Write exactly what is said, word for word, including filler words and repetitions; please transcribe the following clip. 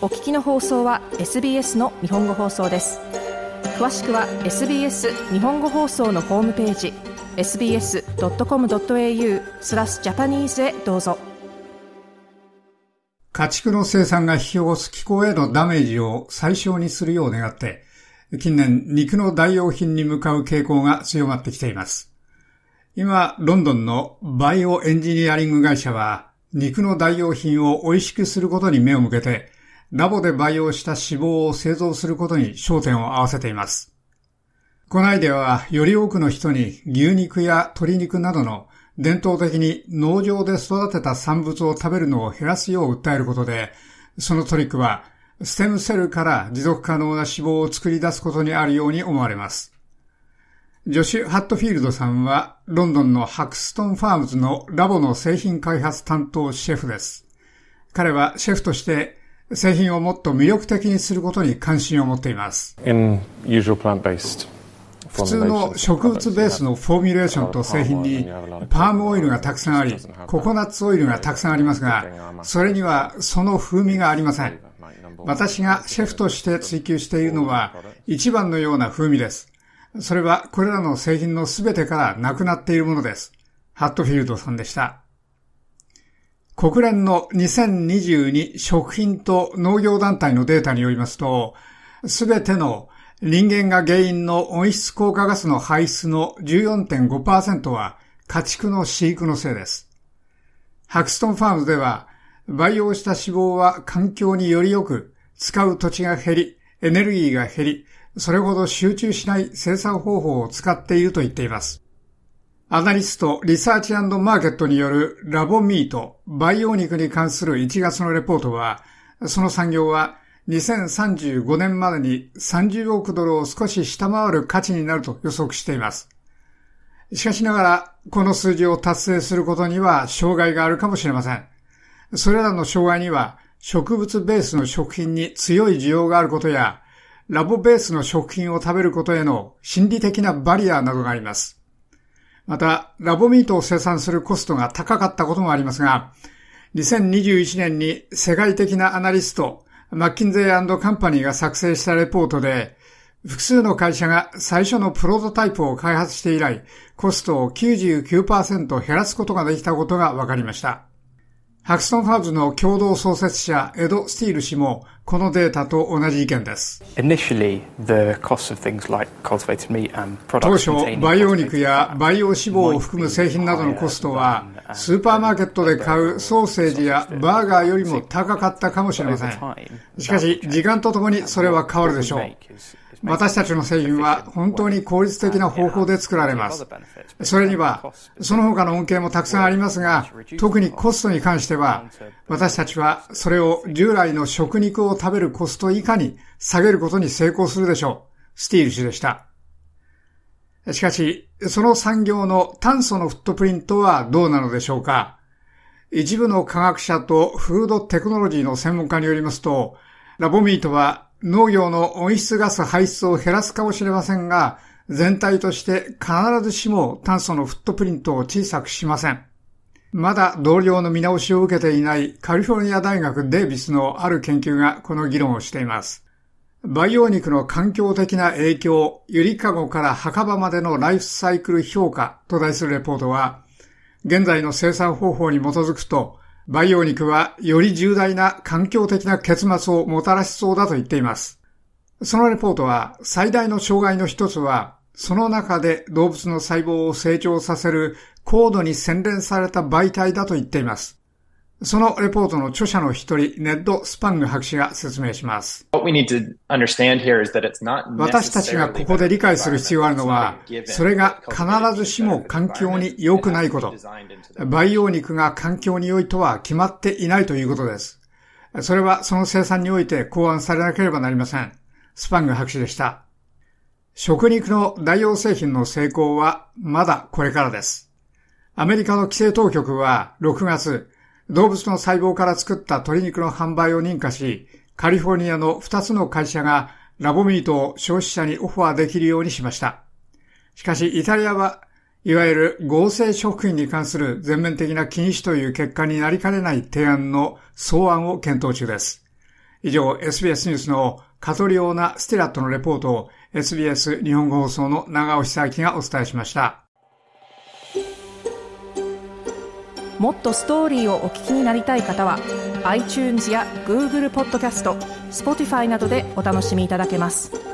お聞きの放送は エスビーエス の日本語放送です。詳しくは エスビーエス 日本語放送のホームページ エスビーエスドットコムドットエーユー スラスジャパニーズへどうぞ。 家畜の生産が引き起こす気候へのダメージを最小にするよう願って、近年肉の代用品に向かう傾向が強まってきています。今、ロンドンのバイオエンジニアリング会社は、肉の代用品を美味しくすることに目を向けて、ラボで培養した脂肪を製造することに焦点を合わせています。このアイデアは、より多くの人に牛肉や鶏肉などの伝統的に農場で育てた産物を食べるのを減らすよう訴えることで、そのトリックは、ステムセルから持続可能な脂肪を作り出すことにあるように思われます。ジョシュ・ハットフィールドさんは、ロンドンのハクストンファームズのラボの製品開発担当シェフです。彼はシェフとして製品をもっと魅力的にすることに関心を持っています。 In usual plant-based 普通の植物ベースのフォーミュレーションと製品にパームオイルがたくさんあり、ココナッツオイルがたくさんありますが、それにはその風味がありません。私がシェフとして追求しているのは一番のような風味です。それはこれらの製品のすべてからなくなっているものです。ハットフィールドさんでした。国連のにせんにじゅうに食品と農業団体のデータによりますと、すべての人間が原因の温室効果ガスの排出の じゅうよんてんごパーセント は家畜の飼育のせいです。ハクストンファームズでは、培養した脂肪は環境によりよく、使う土地が減り、エネルギーが減り、それほど集中しない生産方法を使っていると言っています。アナリスト、リサーチ&マーケットによるラボミート、培養肉に関するいちがつのレポートは、その産業はにせんさんじゅうごねんまでにさんじゅうおくドルを少し下回る価値になると予測しています。しかしながら、この数字を達成することには障害があるかもしれません。それらの障害には、植物ベースの食品に強い需要があることや、ラボベースの食品を食べることへの心理的なバリアなどがあります。また、ラボミートを生産するコストが高かったこともありますが、にせんにじゅういちねんに世界的なアナリスト、マッキンゼー&カンパニーが作成したレポートで、複数の会社が最初のプロトタイプを開発して以来、コストを きゅうじゅうきゅうパーセント 減らすことができたことが分かりました。ハクストンファームズの共同創設者エド・スティール氏もこのデータと同じ意見です。当初、培養肉や培養脂肪を含む製品などのコストはスーパーマーケットで買うソーセージやバーガーよりも高かったかもしれません。しかし、時間とともにそれは変わるでしょう。私たちの製品は本当に効率的な方法で作られます。それには、その他の恩恵もたくさんありますが、特にコストに関しては、私たちはそれを従来の食肉を食べるコスト以下に下げることに成功するでしょう。スティール氏でした。しかし、その産業の炭素のフットプリントはどうなのでしょうか。一部の科学者とフードテクノロジーの専門家によりますと、ラボミートは農業の温室ガス排出を減らすかもしれませんが、全体として必ずしも炭素のフットプリントを小さくしません。まだ同僚の見直しを受けていないカリフォルニア大学デイビスのある研究がこの議論をしています。培養肉の環境的な影響、ゆりかごから墓場までのライフサイクル評価と題するレポートは、現在の生産方法に基づくと、培養肉はより重大な環境的な結末をもたらしそうだと言っています。そのレポートは最大の障害の一つは、その中で動物の細胞を成長させる高度に洗練された媒体だと言っています。そのレポートの著者の一人、ネッド・スパング博士が説明します。私たちがここで理解する必要があるのは、それが必ずしも環境に良くないこと。培養肉が環境に良いとは決まっていないということです。それはその生産において考案されなければなりません。スパング博士でした。食肉の代用製品の成功はまだこれからです。アメリカの規制当局はろくがつ、動物の細胞から作った鶏肉の販売を認可し、カリフォルニアのふたつの会社がラボミートを消費者にオファーできるようにしました。しかしイタリアはいわゆる合成食品に関する全面的な禁止という結果になりかねない提案の草案を検討中です。 以上、エスビーエス ニュースのカトリオーナ・スティラットのレポートを エスビーエス 日本語放送の長尾久明がお伝えしました。 もっとストーリーをお聞きになりたい方は iTunes や Google ポッドキャスト、Spotify などでお楽しみいただけます。